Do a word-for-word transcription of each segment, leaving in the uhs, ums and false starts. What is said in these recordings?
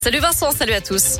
Salut Vincent, salut à tous.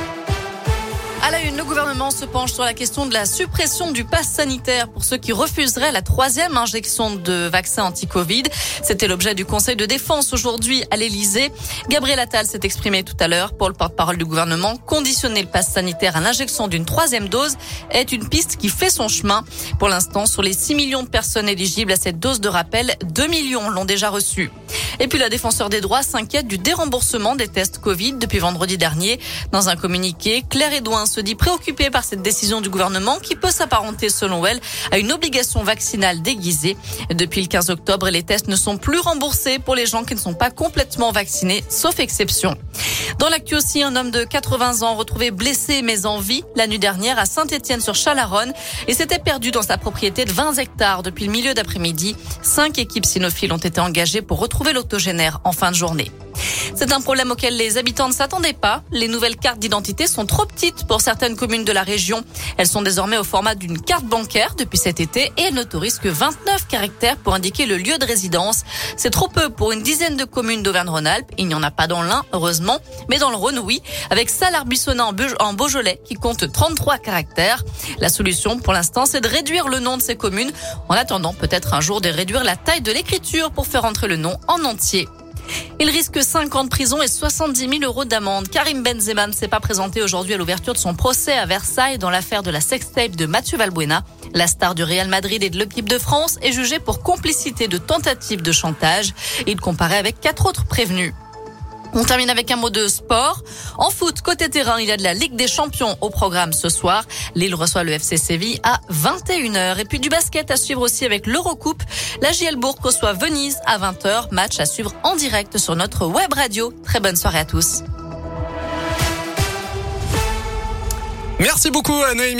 À la une, le gouvernement se penche sur la question de la suppression du pass sanitaire pour ceux qui refuseraient la troisième injection de vaccin anti-Covid. C'était l'objet du Conseil de défense aujourd'hui à l'Elysée. Gabriel Attal s'est exprimé tout à l'heure pour le porte-parole du gouvernement. Conditionner le pass sanitaire à l'injection d'une troisième dose est une piste qui fait son chemin. Pour l'instant, sur les six millions de personnes éligibles à cette dose de rappel, deux millions l'ont déjà reçue. Et puis la défenseur des droits s'inquiète du déremboursement des tests Covid depuis vendredi dernier. Dans un communiqué, Claire Hédouin se dit préoccupée par cette décision du gouvernement qui peut s'apparenter, selon elle, à une obligation vaccinale déguisée. Depuis le quinze octobre, les tests ne sont plus remboursés pour les gens qui ne sont pas complètement vaccinés, sauf exception. Dans l'actu aussi, un homme de quatre-vingts ans retrouvé blessé mais en vie la nuit dernière à Saint-Étienne-sur-Chalaronne et s'était perdu dans sa propriété de vingt hectares depuis le milieu d'après-midi. Cinq équipes cynophiles ont été engagées pour retrouver l'octogénaire en fin de journée. C'est un problème auquel les habitants ne s'attendaient pas. Les nouvelles cartes d'identité sont trop petites pour certaines communes de la région. Elles sont désormais au format d'une carte bancaire depuis cet été et elles n'autorisent que vingt-neuf caractères pour indiquer le lieu de résidence. C'est trop peu pour une dizaine de communes d'Auvergne-Rhône-Alpes. Il n'y en a pas dans l'Ain, heureusement, mais dans le Rhône, oui, avec Salles-Arbissonnat en Beaujolais qui compte trente-trois caractères. La solution, pour l'instant, c'est de réduire le nom de ces communes. En attendant, peut-être un jour de réduire la taille de l'écriture pour faire entrer le nom en entier. Il risque cinq ans de prison et soixante-dix mille euros d'amende. Karim Benzema ne s'est pas présenté aujourd'hui à l'ouverture de son procès à Versailles dans l'affaire de la sextape de Mathieu Valbuena. La star du Real Madrid et de l'équipe de France est jugée pour complicité de tentative de chantage. Il comparait avec quatre autres prévenus. On termine avec un mot de sport. En foot, côté terrain, il y a de la Ligue des Champions au programme ce soir. Lille reçoit le F C Séville à vingt et une heures. Et puis du basket à suivre aussi avec l'Eurocoupe. La J L Bourg reçoit Venise à vingt heures. Match à suivre en direct sur notre web radio. Très bonne soirée à tous. Merci beaucoup, Noémie.